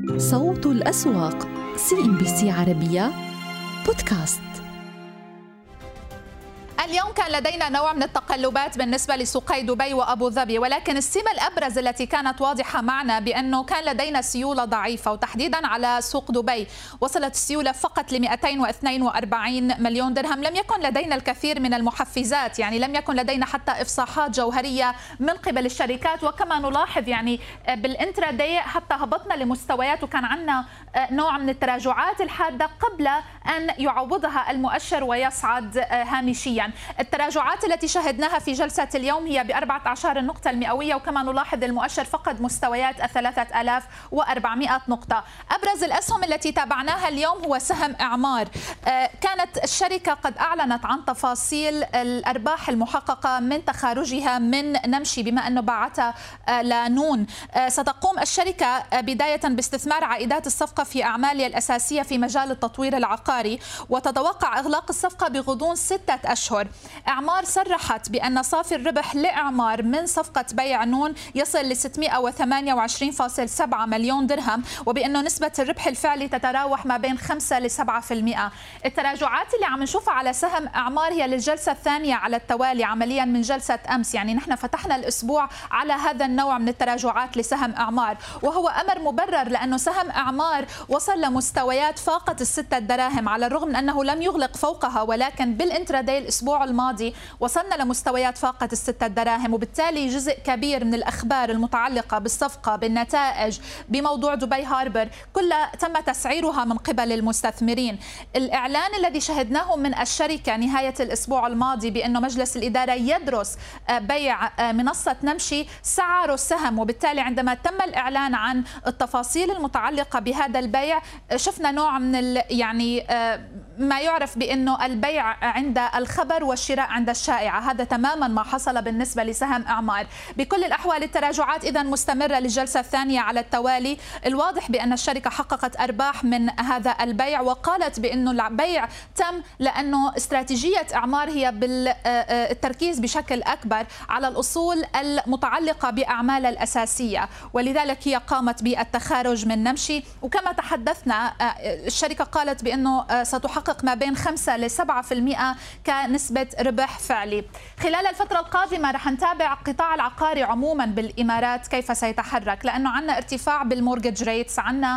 صوت الأسواق CNBC عربية بودكاست. اليوم كان لدينا نوع من التقلبات بالنسبة لسوقي دبي وأبو ظبي، ولكن السمة الأبرز التي كانت واضحة معنا بأنه كان لدينا سيولة ضعيفة، وتحديدا على سوق دبي وصلت السيولة فقط ل 242 مليون درهم. لم يكن لدينا الكثير من المحفزات، يعني لم يكن لدينا حتى إفصاحات جوهرية من قبل الشركات، وكما نلاحظ يعني بالانترادي حتى هبطنا لمستويات وكان عندنا نوع من التراجعات الحادة قبل أن يعوضها المؤشر ويصعد هامشيا. التراجعات التي شهدناها في جلسة اليوم هي ب14 النقطة المئوية، وكما نلاحظ المؤشر فقد مستويات 3400 نقطة. أبرز الأسهم التي تابعناها اليوم هو سهم إعمار. كانت الشركة قد أعلنت عن تفاصيل الأرباح المحققة من تخارجها من نمشي بما أنه باعتها لنون. ستقوم الشركة بداية باستثمار عائدات الصفقة في أعمالها الأساسية في مجال التطوير العقاري، وتتوقع إغلاق الصفقة بغضون 6 أشهر. إعمار صرحت بأن صافي الربح لإعمار من صفقة بيع نون يصل ل 628.7 مليون درهم، وبأنه نسبة الربح الفعلي تتراوح ما بين 5 ل 7%. التراجعات اللي عم نشوفها على سهم إعمار هي للجلسة الثانية على التوالي عمليا من جلسة أمس، يعني نحن فتحنا الأسبوع على هذا النوع من التراجعات لسهم إعمار، وهو أمر مبرر لأنه سهم إعمار وصل لمستويات فاقت ال6 دراهم على الرغم من أنه لم يغلق فوقها، ولكن بالانترادي الأسبوع الماضي وصلنا لمستويات فاقت ال6 دراهم، وبالتالي جزء كبير من الأخبار المتعلقة بالصفقة بالنتائج بموضوع دبي هاربر كلها تم تسعيرها من قبل المستثمرين. الإعلان الذي شهدناه من الشركة نهاية الأسبوع الماضي بأنه مجلس الإدارة يدرس بيع منصة نمشي سعر السهم، وبالتالي عندما تم الإعلان عن التفاصيل المتعلقة بهذا البيع شفنا نوع من يعني ما يعرف بأنه البيع عند الخبر والشراء عند الشائعة. هذا تماما ما حصل بالنسبة لسهم إعمار. بكل الأحوال التراجعات إذن مستمرة للجلسة الثانية على التوالي. الواضح بأن الشركة حققت أرباح من هذا البيع، وقالت بأنه البيع تم لأنه استراتيجية إعمار هي بالتركيز بشكل أكبر على الأصول المتعلقة بأعمالها الأساسية، ولذلك هي قامت بالتخارج من نمشي. وكما تحدثنا الشركة قالت بأنه ستحقق ما بين 5 ل 7% كنسبة ربح فعلي. خلال الفترة القادمة رح نتابع القطاع العقاري عموما بالإمارات كيف سيتحرك، لأنه عندنا ارتفاع بالمورجج ريتس، عندنا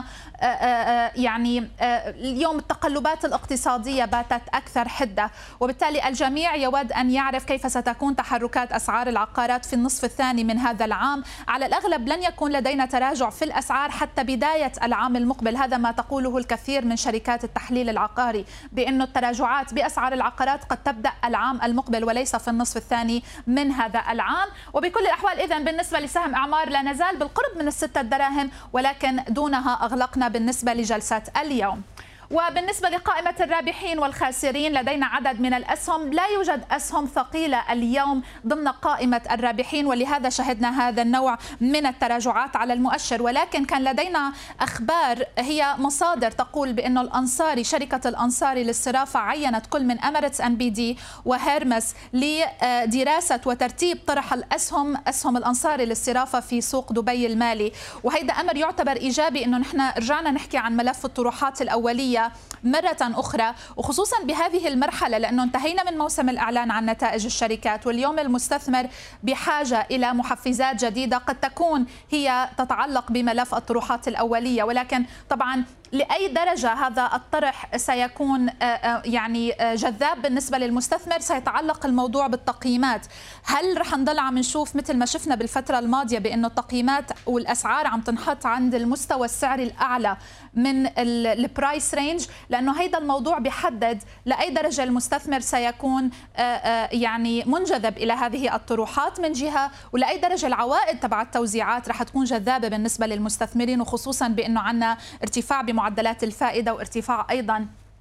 يعني اليوم التقلبات الاقتصادية باتت أكثر حدة، وبالتالي الجميع يود أن يعرف كيف ستكون تحركات أسعار العقارات في النصف الثاني من هذا العام. على الأغلب لن يكون لدينا تراجع في الأسعار حتى بداية العام المقبل. هذا ما تقوله الكثير من شركات التحليل العقاري بأن التراجعات بأسعار العقارات قد تبدأ العام المقبل وليس في النصف الثاني من هذا العام. وبكل الأحوال إذن بالنسبة لسهم إعمار لا نزال بالقرب من ال6 دراهم، ولكن دونها أغلقنا بالنسبة لجلسة اليوم. وبالنسبة لقائمة الرابحين والخاسرين لدينا عدد من الأسهم. لا يوجد أسهم ثقيلة اليوم ضمن قائمة الرابحين، ولهذا شهدنا هذا النوع من التراجعات على المؤشر، ولكن كان لدينا أخبار هي مصادر تقول بأنه الأنصاري شركة الأنصاري للصرافة عينت كل من أميريتس MBD وهيرمس لدراسة وترتيب طرح أسهم الأنصاري للصرافة في سوق دبي المالي، وهذا أمر يعتبر إيجابي أنه نحن رجعنا نحكي عن ملف الطروحات الأولية مرة أخرى، وخصوصا بهذه المرحلة لأنه انتهينا من موسم الإعلان عن نتائج الشركات، واليوم المستثمر بحاجة إلى محفزات جديدة قد تكون هي تتعلق بملف الطروحات الأولية. ولكن طبعا لأي درجة هذا الطرح سيكون يعني جذاب بالنسبة للمستثمر سيتعلق الموضوع بالتقييمات. هل رح نضل عم نشوف مثل ما شفنا بالفترة الماضية بأنه التقييمات والأسعار عم تنحط عند المستوى السعري الأعلى من البرايس رينج، لأنه هيدا الموضوع بيحدد لأي درجة المستثمر سيكون يعني منجذب إلى هذه الطروحات من جهة، ولأي درجة العوائد تبع التوزيعات رح تكون جذابة بالنسبة للمستثمرين، وخصوصا بأنه عندنا ارتفاع بمعدلات الفائدة وارتفاع أيضا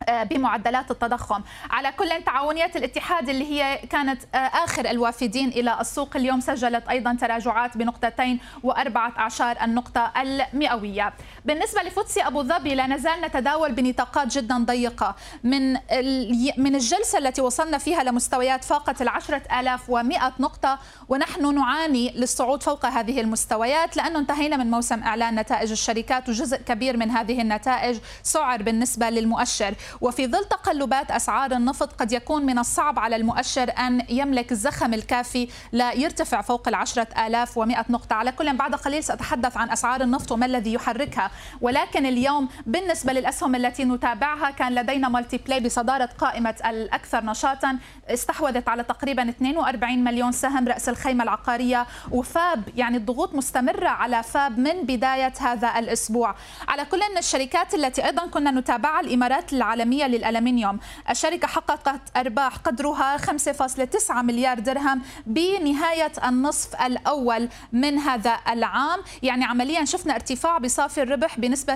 بمعدلات التضخم. على كل تعاونيات الاتحاد اللي هي كانت آخر الوافدين إلى السوق اليوم سجلت أيضا تراجعات بنقطتين و14 النقطة المئوية. بالنسبة لفوتسي أبو ظبي لا نزال نتداول بنطاقات جدا ضيقة من الجلسة التي وصلنا فيها لمستويات فاقت 10,100 نقطة، ونحن نعاني للصعود فوق هذه المستويات لأنه انتهينا من موسم إعلان نتائج الشركات، وجزء كبير من هذه النتائج سعر بالنسبة للمؤشر. وفي ظل تقلبات أسعار النفط قد يكون من الصعب على المؤشر أن يملك الزخم الكافي لا يرتفع فوق 10,100 نقطة. على كل بعد قليل سأتحدث عن أسعار النفط وما الذي يحركها، ولكن اليوم بالنسبة للأسهم التي نتابعها كان لدينا مالتي بلاي بصدارة قائمة الأكثر نشاطا، استحوذت على تقريبا 42 مليون سهم رأس الخيمة العقارية، وفاب يعني الضغوط مستمرة على فاب من بداية هذا الأسبوع. على كل الشركات التي أيضا كنا نتابعها الإمارات العالمية للألمنيوم، الشركة حققت أرباح قدرها 5.9 مليار درهم بنهاية النصف الأول من هذا العام، يعني عمليا شفنا ارتفاع بصافي الربح بنسبة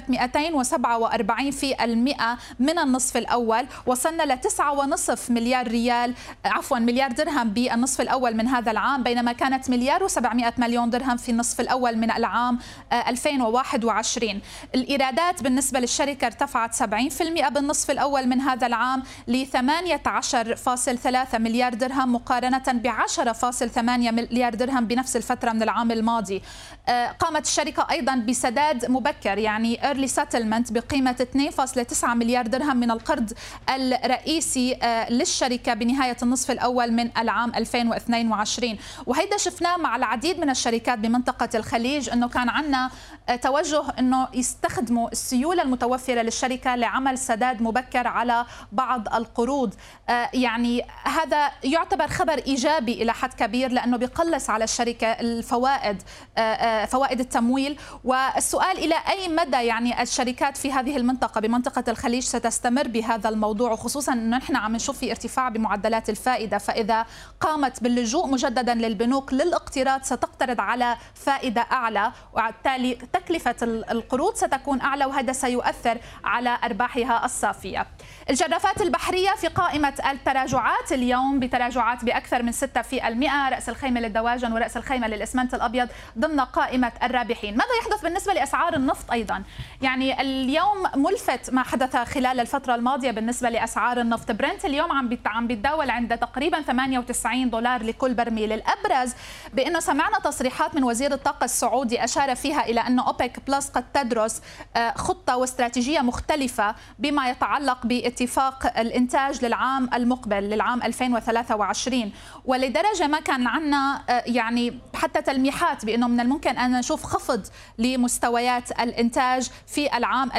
247% من النصف الأول، وصلنا ل 9.5 مليار درهم بالنصف الأول من هذا العام، بينما كانت 1,700 مليون درهم في النصف الأول من العام 2021. الإيرادات بالنسبة للشركة ارتفعت 70% بالنصف الأول من هذا العام ل 18.3 مليار درهم مقارنة ب 10.8 مليار درهم بنفس الفترة من العام الماضي. قامت الشركة أيضا بسداد مبكر يعني early settlement بقيمة 2.9 مليار درهم من القرض الرئيسي للشركة بنهاية النصف الأول من العام 2022، وهيدا شفناه مع العديد من الشركات بمنطقة الخليج، أنه كان عندنا توجه أنه يستخدموا السيولة المتوفرة للشركة لعمل سداد مبكر على بعض القروض. يعني هذا يعتبر خبر إيجابي إلى حد كبير لأنه بيقلص على الشركة الفوائد، فوائد التمويل. والسؤال إلى أي مدى يعني الشركات في هذه المنطقة بمنطقة الخليج ستستمر بهذا الموضوع، وخصوصا أنه نحن عم نشوف في ارتفاع بمعدلات الفائدة، فإذا قامت باللجوء مجددا للبنوك للاقتراض ستقترض على فائدة أعلى، وبالتالي تكلفة القروض ستكون أعلى، وهذا سيؤثر على أرباحها الصافية. الجرافات البحرية في قائمة التراجعات اليوم بتراجعات بأكثر من 6%، رأس الخيمة للدواجن ورأس الخيمة للإسمنت الأبيض ضمن قائمة الرابحين. ماذا يحدث بالنسبة لأسعار النفط أيضا؟ يعني اليوم ملفت ما حدث خلال الفترة الماضية بالنسبة لأسعار النفط. برنت اليوم عم بيتداول عند تقريبا 98 دولار لكل برميل. الأبرز بأنه سمعنا تصريحات من وزير الطاقة السعودي أشار فيها إلى أن أوبك بلس قد تدرس خطة واستراتيجية مختلفة بما يتعلق باتفاق الإنتاج للعام المقبل للعام 2023، ولدرجة ما كان عندنا يعني حتى تلميحات بأنه من الممكن أن نشوف خفض لمستويات الإنتاج في العام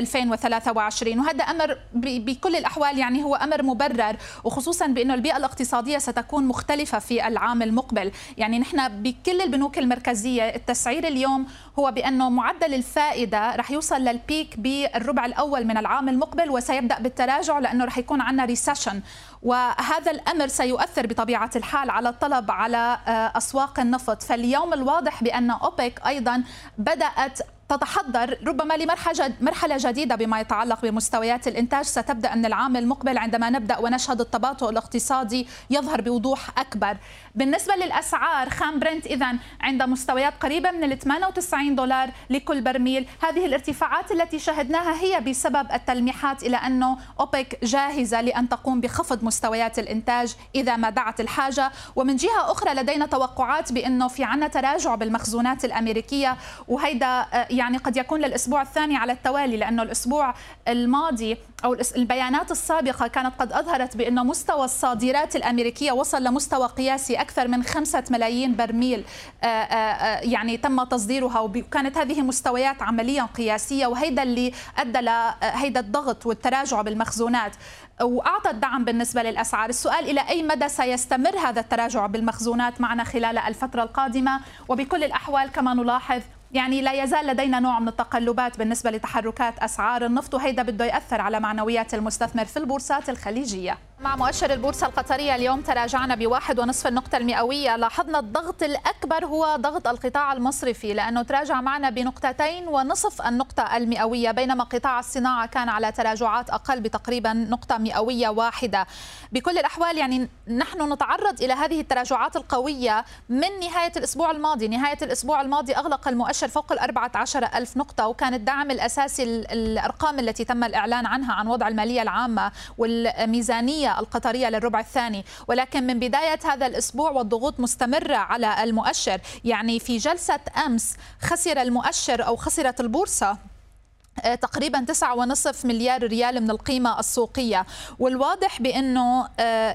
2023، وهذا أمر بكل الأحوال يعني هو أمر مبرر، وخصوصا بأنه البيئة الاقتصادية ستكون مختلفة في العام المقبل. يعني نحن بكل البنوك المركزية التسعير اليوم هو بأنه معدل الفائدة رح يوصل للبيك بالربع الأول من العام المقبل، وسيبدأ بالتراجع لأنه رح يكون عندنا ريسيشن، وهذا الأمر سيؤثر بطبيعة الحال على الطلب على أسواق النفط. فاليوم الواضح بأن أوبك أيضا بدأت تتحضر ربما لمرحلة جديدة بما يتعلق بمستويات الإنتاج ستبدأ من العام المقبل، عندما نبدأ ونشهد التباطؤ الاقتصادي يظهر بوضوح أكبر. بالنسبة للأسعار، خام برنت إذن عند مستويات قريبة من ال 98 دولار لكل برميل. هذه الارتفاعات التي شهدناها هي بسبب التلميحات إلى أنه أوبك جاهزة لأن تقوم بخفض مستويات الإنتاج إذا ما دعت الحاجة. ومن جهة أخرى لدينا توقعات بأنه في عنا تراجع بالمخزونات الأمريكية، وهيدا يعني قد يكون للأسبوع الثاني على التوالي، لأنه الأسبوع الماضي أو البيانات السابقة كانت قد أظهرت بأن مستوى الصادرات الأمريكية وصل لمستوى قياسي أكثر من 5 ملايين برميل يعني تم تصديرها، وكانت هذه مستويات عمليا قياسية، وهيدا اللي أدى لهيدا الضغط والتراجع بالمخزونات وأعطى الدعم بالنسبة للأسعار. السؤال إلى أي مدى سيستمر هذا التراجع بالمخزونات معنا خلال الفترة القادمة؟ وبكل الأحوال كما نلاحظ يعني لا يزال لدينا نوع من التقلبات بالنسبة لتحركات أسعار النفط، وهيدا بده يأثر على معنويات المستثمر في البورصات الخليجية. مع مؤشر البورصة القطرية اليوم تراجعنا ب1.5 النقطة المئوية. لاحظنا الضغط الأكبر هو ضغط القطاع المصرفي لأنه تراجع معنا ب2.5 النقطة المئوية، بينما قطاع الصناعة كان على تراجعات أقل بتقريبا نقطة مئوية واحدة. بكل الأحوال يعني نحن نتعرض إلى هذه التراجعات القوية من نهاية الأسبوع الماضي. نهاية الأسبوع الماضي أغلق المؤشر فوق 14,000 نقطة، وكان الدعم الأساسي الأرقام التي تم الإعلان عنها عن وضع المالية العامة والميزانية القطرية للربع الثاني. ولكن من بداية هذا الأسبوع والضغوط مستمرة على المؤشر. يعني في جلسة أمس خسر المؤشر أو خسرت البورصة تقريبا 9.5 مليار ريال من القيمة السوقية، والواضح بأنه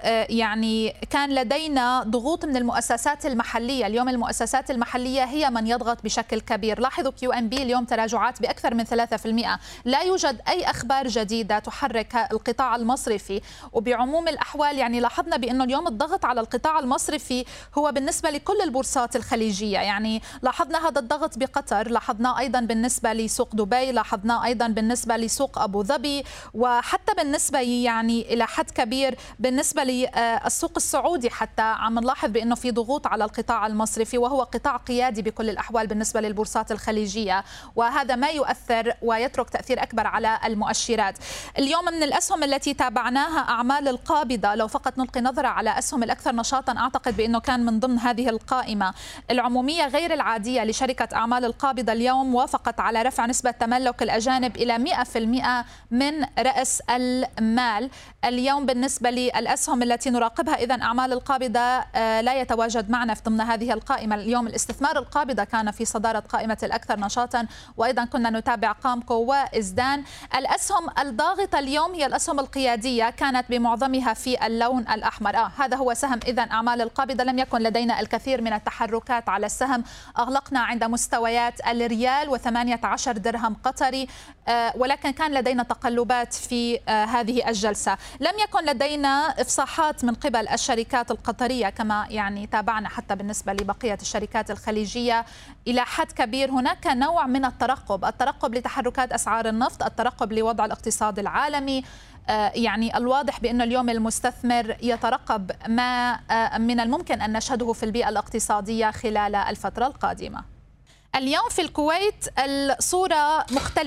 يعني كان لدينا ضغوط من المؤسسات المحلية. اليوم المؤسسات المحلية هي من يضغط بشكل كبير. لاحظوا QNB اليوم تراجعات بأكثر من 3%. لا يوجد أي أخبار جديدة تحرك القطاع المصرفي، وبعموم الأحوال يعني لاحظنا بأنه اليوم الضغط على القطاع المصرفي هو بالنسبة لكل البورصات الخليجية. يعني لاحظنا هذا الضغط بقطر، لاحظناه أيضا بالنسبة لسوق دبي، لاحظناه أيضا بالنسبة لسوق أبو ظبي، وحتى بالنسبة يعني إلى حد كبير بالنسبة للسوق السعودي. حتى عم نلاحظ بأنه في ضغوط على القطاع المصرفي، وهو قطاع قيادي بكل الأحوال بالنسبة للبورصات الخليجية، وهذا ما يؤثر ويترك تأثير أكبر على المؤشرات. اليوم من الأسهم التي تابعناها أعمال القابضة. لو فقط نلقي نظرة على أسهم الأكثر نشاطا، أعتقد بأنه كان من ضمن هذه القائمة العمومية غير العادية لشركة أعمال القابضة. اليوم وافقت على رفع نسبة تملك الأجانب إلى 100% من رأس المال. اليوم بالنسبة للأسهم التي نراقبها، إذن أعمال القابضة لا يتواجد معنا في ضمن هذه القائمة. اليوم الاستثمار القابضة كان في صدارة قائمة الأكثر نشاطا، وأيضا كنا نتابع قامكو وإزدان. الأسهم الضاغطة اليوم هي الأسهم القيادية، كانت بمعظمها في اللون الأحمر. هذا هو سهم إذن أعمال القابضة. لم يكن لدينا الكثير من التحركات على السهم. أغلقنا عند مستويات الريال و18 درهم قطري، ولكن كان لدينا تقلبات في هذه الجلسة. لم يكن لدينا إفصاحات من قبل الشركات القطرية كما يعني تابعنا حتى بالنسبة لبقية الشركات الخليجية. إلى حد كبير هناك نوع من الترقب لتحركات أسعار النفط، الترقب لوضع الاقتصاد العالمي. يعني الواضح بأن اليوم المستثمر يترقب ما من الممكن أن نشهده في البيئة الاقتصادية خلال الفترة القادمة. اليوم في الكويت الصورة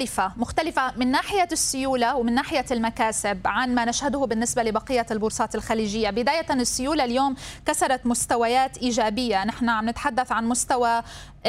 مختلفة من ناحية السيولة ومن ناحية المكاسب عن ما نشهده بالنسبة لبقية البورصات الخليجية. بداية السيولة اليوم كسرت مستويات إيجابية. نحن عم نتحدث عن مستوى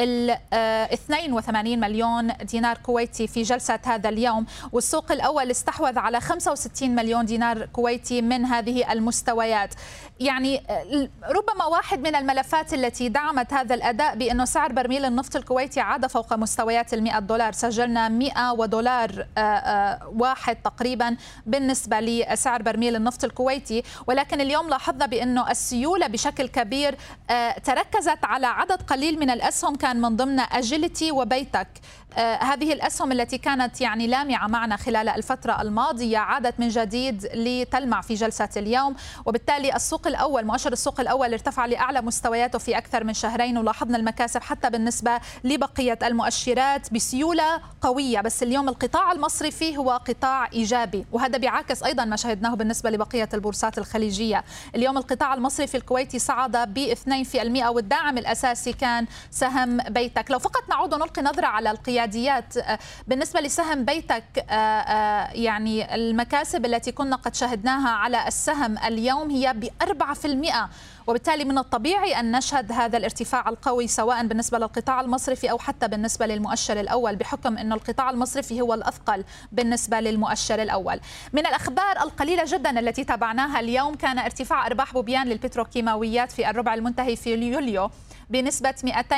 82 مليون دينار كويتي في جلسة هذا اليوم، والسوق الأول استحوذ على 65 مليون دينار كويتي من هذه المستويات. يعني ربما واحد من الملفات التي دعمت هذا الأداء بأنه سعر برميل النفط الكويتي عاد فوق مستويات $100. سجلنا $100 واحد تقريبا بالنسبة لسعر برميل النفط الكويتي. ولكن اليوم لاحظنا بأنه السيولة بشكل كبير تركزت على عدد قليل من الأسهم، كان من ضمن أجيلتي وبيتك. هذه الأسهم التي كانت يعني لامعة معنا خلال الفترة الماضية عادت من جديد لتلمع في جلسة اليوم، وبالتالي مؤشر السوق الأول ارتفع لأعلى مستوياته في أكثر من شهرين، ولاحظنا المكاسب حتى بالنسبة لبقية المؤشرات بسيولة قوية. بس اليوم القطاع المصرفي هو قطاع إيجابي، وهذا بيعكس أيضا ما شهدناه بالنسبة لبقية البورصات الخليجية. اليوم القطاع المصرفي الكويتي صعد ب2%، والداعم الأساسي كان سهم بيتك. لو فقط نعود ونلقي نظرة على القياديات بالنسبة لسهم بيتك، يعني المكاسب التي كنا قد شهدناها على السهم اليوم هي ب4%، وبالتالي من الطبيعي أن نشهد هذا الارتفاع القوي سواء بالنسبة للقطاع المصرفي أو حتى بالنسبة للمؤشر الأول، بحكم أن القطاع المصرفي هو الأثقل بالنسبة للمؤشر الأول. من الأخبار القليلة جدا التي تابعناها اليوم كان ارتفاع أرباح بوبيان للبتروكيماويات في الربع المنتهي في يوليو بنسبة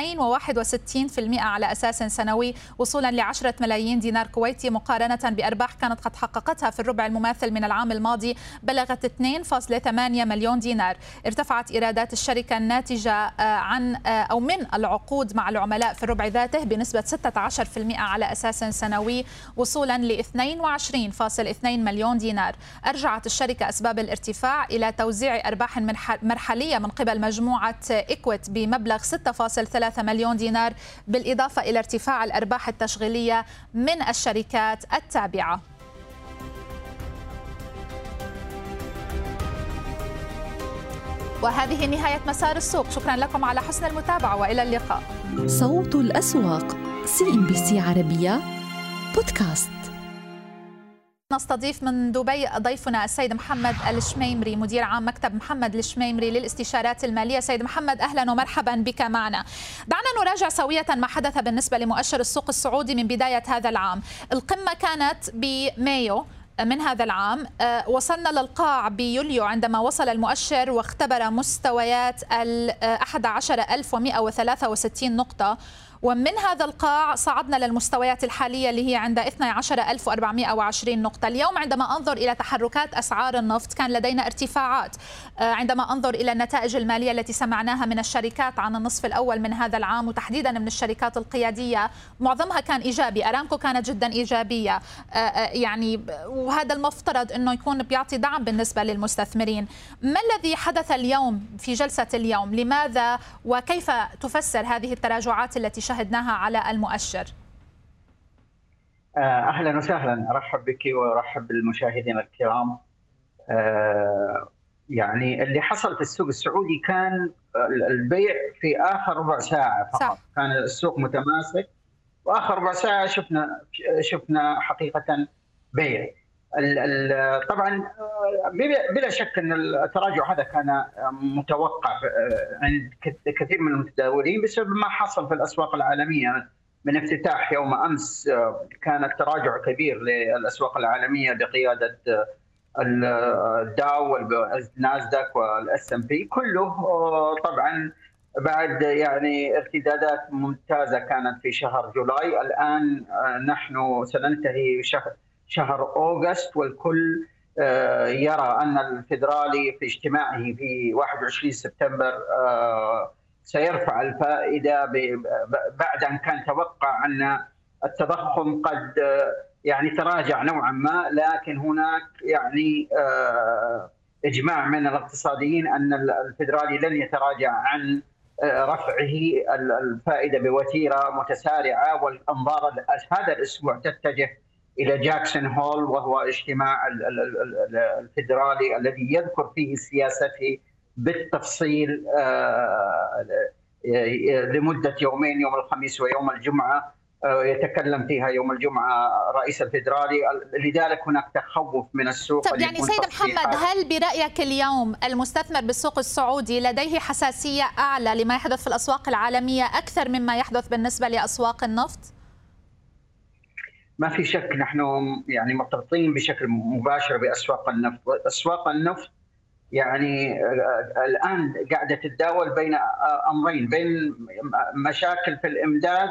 261% على أساس سنوي، وصولا ل10 ملايين دينار كويتي، مقارنة بأرباح كانت قد حققتها في الربع المماثل من العام الماضي بلغت 2.8 مليون دينار. ارتفعت إيرادات الشركة الناتجة من العقود مع العملاء في الربع ذاته بنسبة 16% على أساس سنوي، وصولا ل 22.2 مليون دينار. أرجعت الشركة أسباب الارتفاع إلى توزيع أرباح مرحلية من قبل مجموعة إكويت بمبلغ 6.3 مليون دينار، بالإضافة إلى ارتفاع الأرباح التشغيلية من الشركات التابعة. وهذه نهاية مسار السوق. شكرا لكم على حسن المتابعة وإلى اللقاء. صوت الأسواق CNBC عربية بودكاست. نستضيف من دبي ضيفنا السيد محمد الشميمري، مدير عام مكتب محمد الشميمري للاستشارات المالية. سيد محمد، أهلا ومرحبا بك معنا. دعنا نراجع سوية ما حدث بالنسبة لمؤشر السوق السعودي من بداية هذا العام. القمة كانت بمايو من هذا العام، وصلنا للقاع بيوليو عندما وصل المؤشر واختبر مستويات 11163 نقطة، ومن هذا القاع صعدنا للمستويات الحالية اللي هي عند 12420 نقطة. اليوم عندما أنظر إلى تحركات أسعار النفط كان لدينا ارتفاعات. عندما أنظر إلى النتائج المالية التي سمعناها من الشركات عن النصف الأول من هذا العام، وتحديدا من الشركات القيادية، معظمها كان إيجابي. أرامكو كانت جدا إيجابية، يعني وهذا المفترض أنه يكون بيعطي دعم بالنسبة للمستثمرين. ما الذي حدث اليوم في جلسة اليوم؟ لماذا وكيف تفسر هذه التراجعات التي شاهدناها على المؤشر؟ أهلا وسهلا، أرحب بك وأرحب بالمشاهدين الكرام. يعني اللي حصل في السوق السعودي كان البيع في آخر ربع ساعة فقط. صح. كان السوق متماسك وآخر ربع ساعة شفنا حقيقة بيع. طبعا بلا شك أن التراجع هذا كان متوقع عند كثير من المتداولين بسبب ما حصل في الأسواق العالمية من افتتاح يوم أمس. كان التراجع كبير للأسواق العالمية بقيادة الداو والناسداك والS&P كله، طبعا بعد يعني ارتدادات ممتازة كانت في شهر جولاي. الآن نحن سننتهي شهر أغسطس، والكل يرى أن الفيدرالي في اجتماعه في 21 سبتمبر سيرفع الفائدة بعد أن كان توقع أن التضخم قد يعني تراجع نوعا ما، لكن هناك يعني إجماع من الاقتصاديين أن الفيدرالي لن يتراجع عن رفعه الفائدة بوتيرة متسارعة. والأنظار هذا الأسبوع تتجه إلى جاكسون هول، وهو اجتماع الفيدرالي الذي يذكر فيه سياسته بالتفصيل لمدة يومين، يوم الخميس ويوم الجمعة. يتكلم فيها يوم الجمعة رئيس الفيدرالي، لذلك هناك تخوف من السوق. طب يعني سيد محمد، هل برأيك اليوم المستثمر بالسوق السعودي لديه حساسية أعلى لما يحدث في الأسواق العالمية أكثر مما يحدث بالنسبة لأسواق النفط؟ ما في شك نحن يعني مرتبطين بشكل مباشر بأسواق النفط. أسواق النفط يعني الآن قاعدة تتداول بين أمرين، بين مشاكل في الإمداد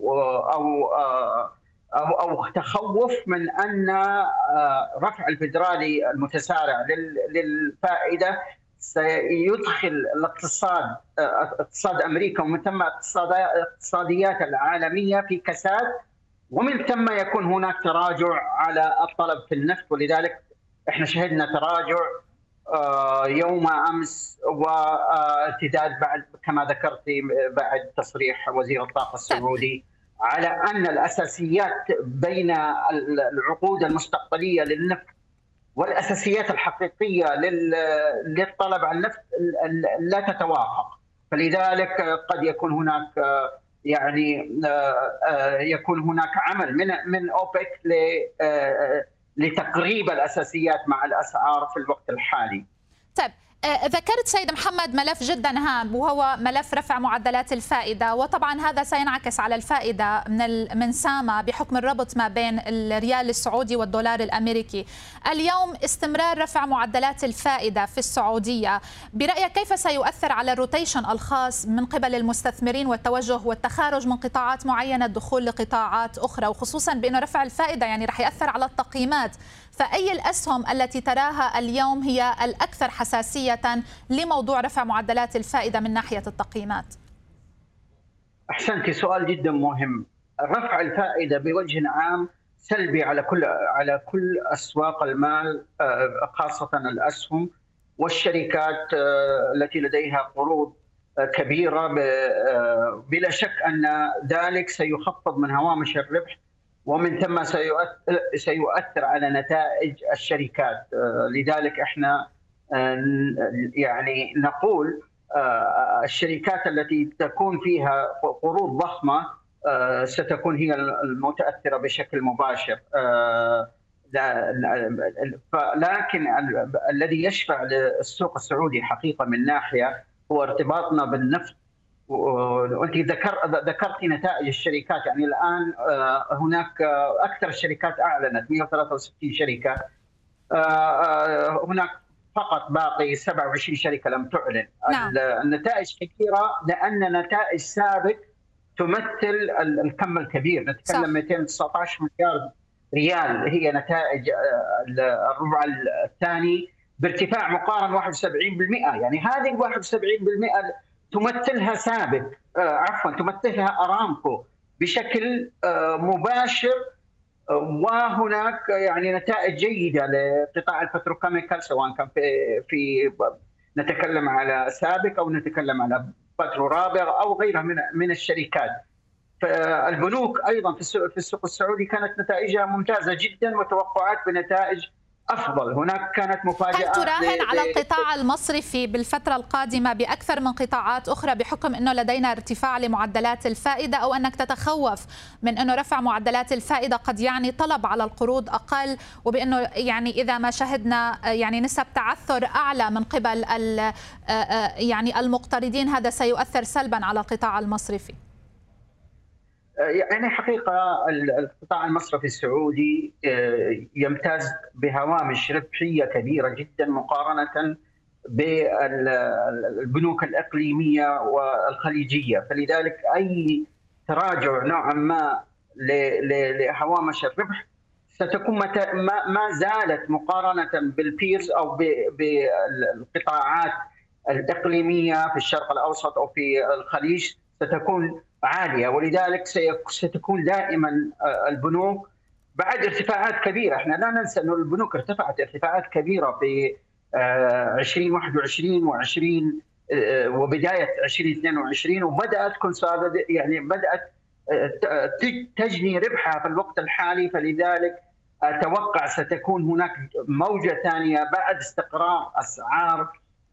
أو تخوف من أن رفع الفيدرالي المتسارع للفائدة سيدخل اقتصاد أمريكا ومن ثم الاقتصاديات العالمية في كساد، ومن ثم يكون هناك تراجع على الطلب في النفط. ولذلك احنا شهدنا تراجع يوم امس وارتداد بعد كما ذكرت بعد تصريح وزير الطاقه السعودي على ان الاساسيات بين العقود المستقبليه للنفط والاساسيات الحقيقيه للطلب على النفط لا تتوافق. فلذلك قد يكون هناك يعني يكون هناك عمل من أوبك لتقريب الأساسيات مع الأسعار في الوقت الحالي. طيب، ذكرت سيد محمد ملف جدا هام وهو ملف رفع معدلات الفائدة، وطبعا هذا سينعكس على الفائدة من ساما بحكم الربط ما بين الريال السعودي والدولار الأمريكي. اليوم استمرار رفع معدلات الفائدة في السعودية برأيك كيف سيؤثر على الروتيشن الخاص من قبل المستثمرين والتوجه والتخارج من قطاعات معينة الدخول لقطاعات أخرى، وخصوصا بأنه رفع الفائدة يعني رح يأثر على التقييمات؟ فأي الأسهم التي تراها اليوم هي الأكثر حساسية لموضوع رفع معدلات الفائدة من ناحية التقييمات؟ أحسنتي، سؤال جدا مهم. رفع الفائدة بوجه عام سلبي على كل أسواق المال، خاصة الأسهم والشركات التي لديها قروض كبيرة. بلا شك أن ذلك سيخفض من هوامش الربح ومن ثم سيؤثر على نتائج الشركات. لذلك احنا يعني نقول الشركات التي تكون فيها قروض ضخمة ستكون هي المتأثرة بشكل مباشر، لكن الذي يشفع للسوق السعودي حقيقة من ناحية هو ارتباطنا بالنفط. وانت ذكرت نتائج الشركات، يعني الان هناك اكثر الشركات اعلنت 163 شركه، هناك فقط باقي 27 شركه لم تعلن. نعم. النتائج كثيره لان نتائج سابق تمثل الكم الكبير، نتكلم 219 مليار ريال هي نتائج الربع الثاني بارتفاع مقارن 71%. يعني هذه ال 71% تمثلها سابق، تمثلها ارامكو بشكل مباشر، وهناك يعني نتائج جيده لقطاع البتروكيميكال، سواء كان في نتكلم على سابق او نتكلم على بترو رابغ او غيرها من الشركات. فالبنوك ايضا في السوق السعودي كانت نتائجها ممتازه جدا، وتوقعات بنتائج افضل. هناك كانت مفاجات. هل تراهن على القطاع المصرفي بالفتره القادمه باكثر من قطاعات اخرى بحكم انه لدينا ارتفاع لمعدلات الفائده، او انك تتخوف من انه رفع معدلات الفائده قد يعني طلب على القروض اقل، وبانه يعني اذا ما شهدنا يعني نسب تعثر اعلى من قبل يعني المقترضين هذا سيؤثر سلبا على القطاع المصرفي؟ يعني حقيقة القطاع المصرفي السعودي يمتاز بهوامش ربحية كبيرة جدا مقارنة بالبنوك الإقليمية والخليجية، فلذلك أي تراجع نوعا ما لهوامش الربح ستكون ما زالت مقارنة بالبيرز أو بالقطاعات الإقليمية في الشرق الأوسط أو في الخليج ستكون عالية، ولذلك ستكون دائما البنوك بعد ارتفاعات كبيرة. احنا لا ننسى أن البنوك ارتفعت ارتفاعات كبيرة في 2021 و20 وبداية 2022، وبدأت يعني بدأت تجني ربحها في الوقت الحالي. فلذلك أتوقع ستكون هناك موجة ثانية بعد استقرار أسعار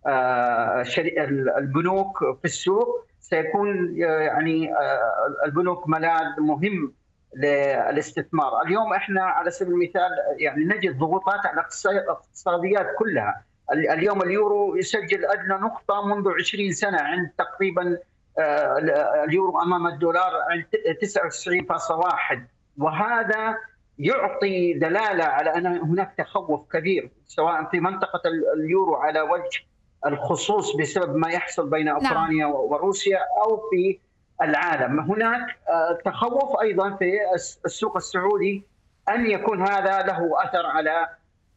البنوك في السوق. سيكون يعني البنوك ملاذ مهم للاستثمار. اليوم احنا على سبيل المثال يعني نجد ضغوطات على الاقتصاديات كلها. اليوم اليورو يسجل ادنى نقطه منذ 20 سنه، عند تقريبا اليورو امام الدولار عند 99.1، وهذا يعطي دلاله على ان هناك تخوف كبير سواء في منطقه اليورو على وجه الخصوص بسبب ما يحصل بين أوكرانيا وروسيا أو في العالم. هناك تخوف أيضا في السوق السعودي أن يكون هذا له أثر على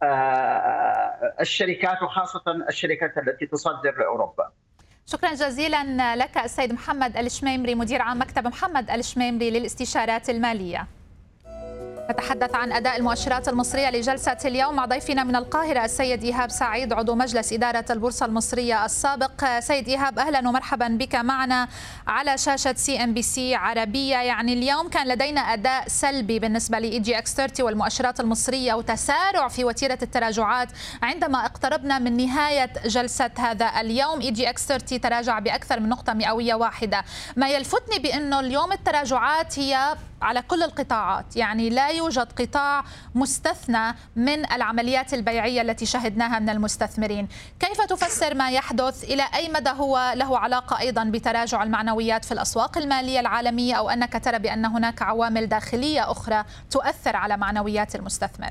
الشركات، وخاصة الشركات التي تصدر لأوروبا. شكرا جزيلا لك السيد محمد الشميمري، مدير عام مكتب محمد الشميمري للاستشارات المالية. نتحدث عن أداء المؤشرات المصرية لجلسة اليوم مع ضيفنا من القاهرة السيد إيهاب سعيد، عضو مجلس إدارة البورصة المصرية السابق. سيد إيهاب، أهلا ومرحبا بك معنا على شاشة CNBC عربية. يعني اليوم كان لدينا أداء سلبي بالنسبة لEGX30 والمؤشرات المصرية، وتسارع في وتيرة التراجعات عندما اقتربنا من نهاية جلسة هذا اليوم. EGX30 تراجع بأكثر من نقطة مئوية واحدة. ما يلفتني بأنه اليوم التراجعات هي على كل القطاعات، يعني لا يوجد قطاع مستثنى من العمليات البيعية التي شهدناها من المستثمرين. كيف تفسر ما يحدث؟ إلى أي مدى هو له علاقة أيضا بتراجع المعنويات في الأسواق المالية العالمية، أو أنك ترى بأن هناك عوامل داخلية أخرى تؤثر على معنويات المستثمر؟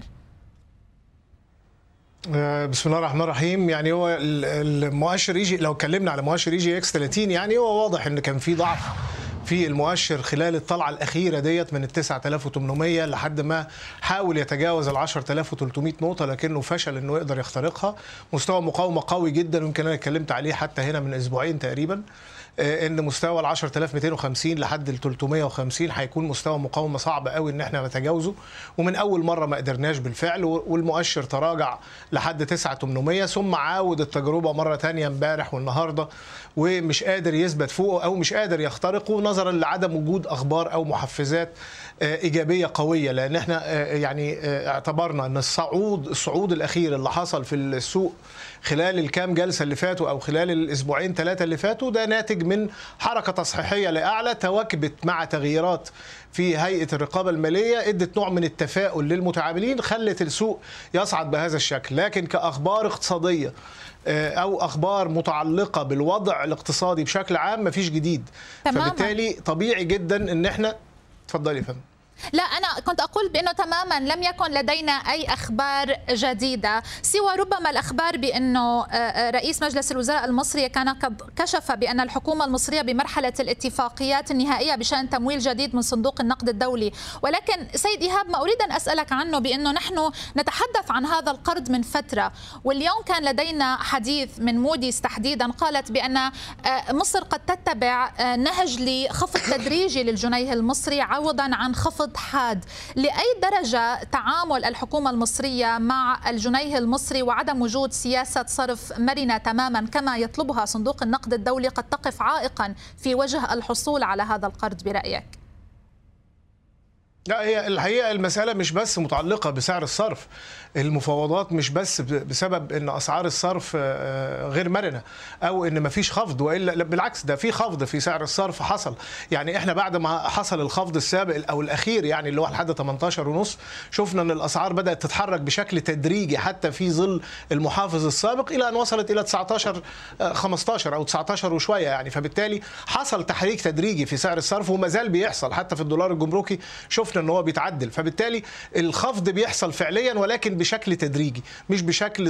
بسم الله الرحمن الرحيم. يعني هو المؤشر لو اتكلمنا على مؤشر EGX30 يعني هو واضح ان كان في ضعف في المؤشر خلال الطلعه الاخيره ديت من 9800 لحد ما حاول يتجاوز 10300 نقطه، لكنه فشل انه يقدر يخترقها. مستوى مقاومه قوي جدا، ويمكن انا اتكلمت عليه حتى هنا من اسبوعين تقريبا. ان مستوى ال 10250 لحد ال 350 هيكون مستوى مقاومه صعب قوي ان احنا نتجاوزه، ومن اول مره ما قدرناش بالفعل، والمؤشر تراجع لحد 9800 ثم عاود التجربه مره ثانيه امبارح والنهارده، ومش قادر يثبت فوقه او مش قادر يخترقه نظرا لعدم وجود اخبار او محفزات ايجابيه قويه. لان احنا يعني اعتبرنا ان الصعود الاخير اللي حصل في السوق خلال الكام جلسه اللي فاتوا او خلال الاسبوعين ثلاثه اللي فاتوا ده ناتج من حركه تصحيحيه لاعلى تواكبت مع تغييرات في هيئه الرقابه الماليه، ادت نوع من التفاؤل للمتعاملين خلت السوق يصعد بهذا الشكل. لكن كاخبار اقتصاديه او اخبار متعلقه بالوضع الاقتصادي بشكل عام مفيش جديد. تماما. فبالتالي طبيعي جدا ان احنا اتفضلي يا فندم. لا، أنا كنت أقول بأنه تماما لم يكن لدينا أي أخبار جديدة سوى ربما الأخبار بأنه رئيس مجلس الوزراء المصري كان قد كشف بأن الحكومة المصرية بمرحلة الاتفاقيات النهائية بشأن تمويل جديد من صندوق النقد الدولي. ولكن سيد إيهاب، ما أريد أن أسألك عنه بأنه نحن نتحدث عن هذا القرض من فترة، واليوم كان لدينا حديث من موديز تحديدا قالت بأن مصر قد تتبع نهج لخفض تدريجي للجنيه المصري عوضا عن خفض حاد. لأي درجة تعامل الحكومة المصرية مع الجنيه المصري وعدم وجود سياسة صرف مرنة تماما كما يطلبها صندوق النقد الدولي قد تقف عائقا في وجه الحصول على هذا القرض برأيك؟ لا، هي الحقيقة المسألة مش بس متعلقة بسعر الصرف، المفاوضات مش بس بسبب ان اسعار الصرف غير مرنة او ان مفيش خفض، والا بالعكس ده في خفض في سعر الصرف حصل. يعني احنا بعد ما حصل الخفض السابق او الاخير يعني اللي هو لحد 18.5 شفنا ان الاسعار بدأت تتحرك بشكل تدريجي حتى في ظل المحافظ السابق الى ان وصلت الى 19 15 او 19 وشوية يعني. فبالتالي حصل تحريك تدريجي في سعر الصرف وما زال بيحصل حتى في الدولار الجمركي شفنا ان هو بيتعدل. فبالتالي الخفض بيحصل فعليا ولكن بشكل تدريجي مش بشكل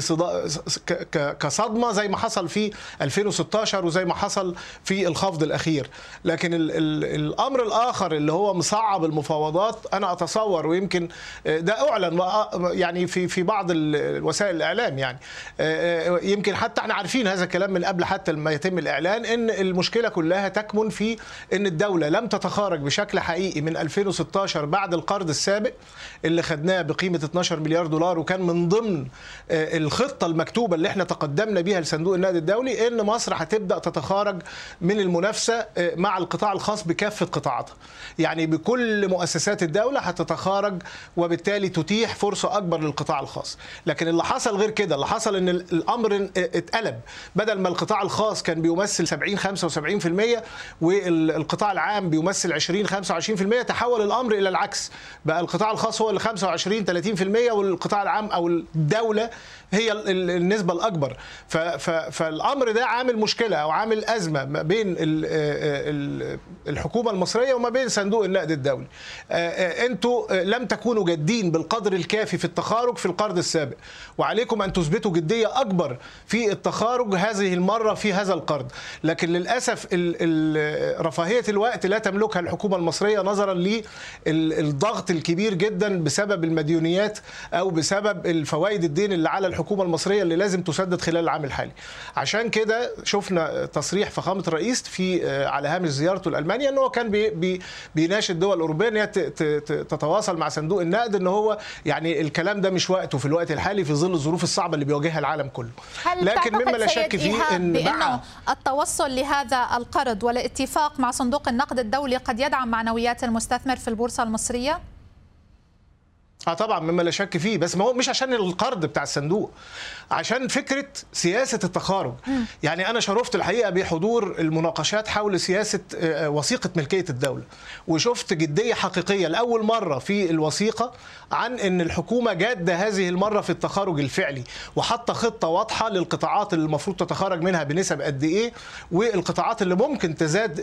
كصدمه زي ما حصل في 2016 وزي ما حصل في الخفض الاخير. لكن الامر الاخر اللي هو مصعب المفاوضات انا اتصور، ويمكن ده اعلن يعني في بعض وسائل الاعلام، يعني يمكن حتى احنا عارفين هذا الكلام من قبل حتى ما يتم الاعلان، ان المشكله كلها تكمن في ان الدوله لم تتخارج بشكل حقيقي من 2016 بعد القرض السابق اللي خدناه بقيمه 12 مليار دولار، وكان من ضمن الخطه المكتوبه اللي احنا تقدمنا بيها لصندوق النقد الدولي ان مصر هتبدا تتخارج من المنافسه مع القطاع الخاص بكافه قطاعاتها، يعني بكل مؤسسات الدوله هتتخارج وبالتالي تتيح فرصه اكبر للقطاع الخاص. لكن اللي حصل غير كده، اللي حصل ان الامر اتقلب، بدل ما القطاع الخاص كان بيمثل 70-75% والقطاع العام بيمثل 20-25%، تحول الامر الى العكس، بقى القطاع الخاص هو اللي 25-30% والقطاع العام او الدوله هي النسبه الاكبر. فالامر ده عامل مشكله او عامل ازمه ما بين الحكومه المصريه وما بين صندوق النقد الدولي. انتوا لم تكونوا جادين بالقدر الكافي في التخارج في القرض السابق، وعليكم ان تثبتوا جديه اكبر في التخارج هذه المره في هذا القرض. لكن للاسف رفاهيه الوقت لا تملكها الحكومه المصريه نظرا للضغط الكبير جدا بسبب المديونيات او بسبب الفوائد الدين اللي على الحكومه المصريه اللي لازم تسدد خلال العام الحالي. عشان كده شفنا تصريح فخامه الرئيس في على هامش زيارته لألمانيا ان هو كان بيناشد الدول الاوروبيه ان هي تتواصل مع صندوق النقد ان هو يعني الكلام ده مش وقته في الوقت الحالي في ظل الظروف الصعبه اللي بيواجهها العالم كله. لكن مما لا شك فيه ان التوصل لهذا القرض والاتفاق مع صندوق النقد الدولي قد يدعم معنويات المستثمر في البورصه المصريه؟ طبعا مما لا شك فيه، بس ما هو مش عشان القرض بتاع الصندوق، عشان فكره سياسه التخارج. يعني انا شرفت الحقيقه بحضور المناقشات حول سياسه وثيقه ملكيه الدوله، وشفت جديه حقيقيه لاول مره في الوثيقه عن ان الحكومه جاده هذه المره في التخارج الفعلي، وحاطه خطه واضحه للقطاعات اللي المفروض تتخارج منها بنسب قد ايه، والقطاعات اللي ممكن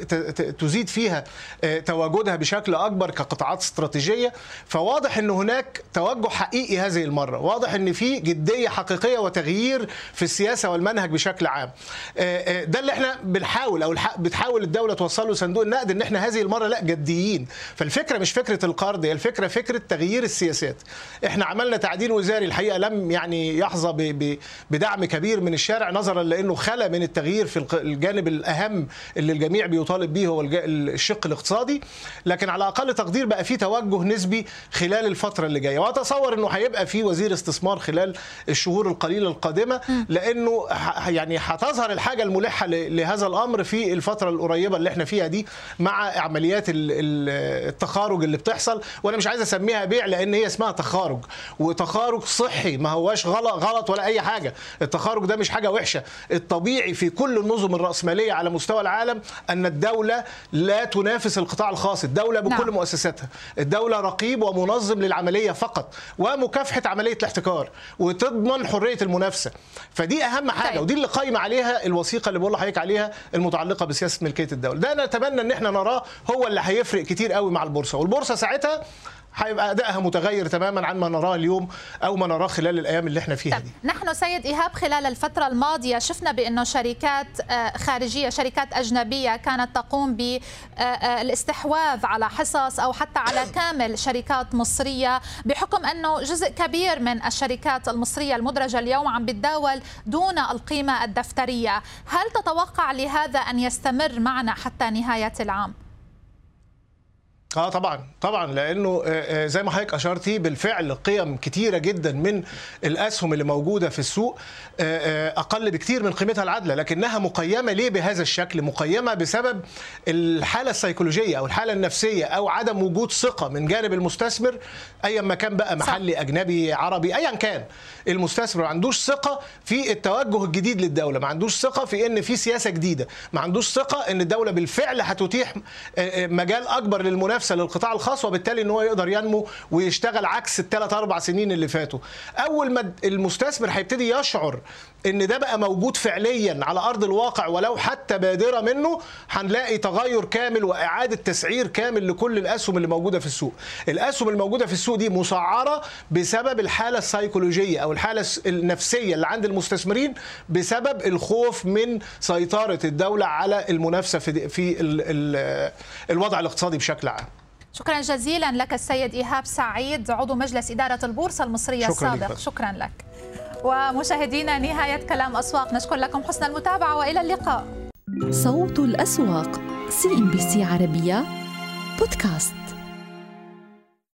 تزيد فيها تواجدها بشكل اكبر كقطاعات استراتيجيه. فواضح ان هناك هناك توجه حقيقي هذه المرة، واضح ان في جدية حقيقية وتغيير في السياسة والمنهج بشكل عام. ده اللي احنا بنحاول او بتحاول الدولة توصله صندوق النقد، ان احنا هذه المرة لا جديين. فالفكرة مش فكرة القرض، هي الفكرة فكرة تغيير السياسات. احنا عملنا تعديل وزاري الحقيقة لم يعني يحظى بدعم كبير من الشارع، نظرا لانه خلى من التغيير في الجانب الاهم اللي الجميع بيطالب به هو الشق الاقتصادي، لكن على اقل تقدير بقى في توجه نسبي خلال الفترة اللي جاية، واتصور انه هيبقى في وزير استثمار خلال الشهور القليلة القادمة، لانه يعني هتظهر الحاجة الملحة لهذا الامر في الفترة القريبة اللي احنا فيها دي، مع عمليات التخارج اللي بتحصل. وانا مش عايز اسميها بيع لان هي اسمها تخارج، وتخارج صحي، ما هواش غلط ولا اي حاجة. التخارج ده مش حاجة وحشة. الطبيعي في كل النظم الرأسمالية على مستوى العالم ان الدولة لا تنافس القطاع الخاص، الدولة بكل مؤسساتها، الدولة رقيب ومنظم للعملية فقط، ومكافحة عملية الاحتكار، وتضمن حرية المنافسة. فدي أهم حاجة، ودي اللي قايمة عليها الوثيقة اللي بقول لحضرتك عليها المتعلقة بسياسة ملكية الدولة. ده أنا أتمنى إن احنا نراه، هو اللي هيفرق كتير قوي مع البورصة، والبورصة ساعتها هيبقى أدائها متغير تماما عن ما نراه اليوم أو ما نراه خلال الأيام اللي احنا فيها دي. نحن سيد إيهاب خلال الفترة الماضية شفنا بأنه شركات خارجية، شركات أجنبية كانت تقوم بالاستحواذ على حصص أو حتى على كامل شركات مصرية، بحكم أنه جزء كبير من الشركات المصرية المدرجة اليوم عم بتداول دون القيمة الدفترية. هل تتوقع لهذا أن يستمر معنا حتى نهاية العام؟ طبعا لانه زي ما حضرتك اشرتي بالفعل قيم كتيره جدا من الاسهم اللي موجوده في السوق اقل بكتير من قيمتها العادله، لكنها مقيمه ليه بهذا الشكل؟ مقيمه بسبب الحاله السيكولوجيه او الحاله النفسيه او عدم وجود ثقه من جانب المستثمر، ايا ما كان بقى محلي اجنبي عربي ايا كان. المستثمر ما عندوش ثقه في التوجه الجديد للدوله، ما عندوش ثقه في ان في سياسه جديده، ما عندوش ثقه ان الدوله بالفعل هتتيح مجال اكبر للمنافسه للقطاع الخاص، وبالتالي ان هو يقدر ينمو ويشتغل عكس الثلاث 4 سنين اللي فاتوا. اول ما المستثمر هيبتدي يشعر ان ده بقى موجود فعليا على ارض الواقع ولو حتى بادره منه، هنلاقي تغير كامل واعاده تسعير كامل لكل الاسهم اللي موجوده في السوق. الاسهم الموجوده في السوق دي مسعره بسبب الحاله السيكولوجيه او الحاله النفسيه اللي عند المستثمرين، بسبب الخوف من سيطره الدوله على المنافسه في الوضع الاقتصادي بشكل عام. شكرا جزيلا لك السيد إيهاب سعيد، عضو مجلس إدارة البورصة المصرية السابق. شكرا لك. ومشاهدينا، نهاية كلام أسواق، نشكر لكم حسن المتابعة وإلى اللقاء. صوت الأسواق، CNBC عربية بودكاست.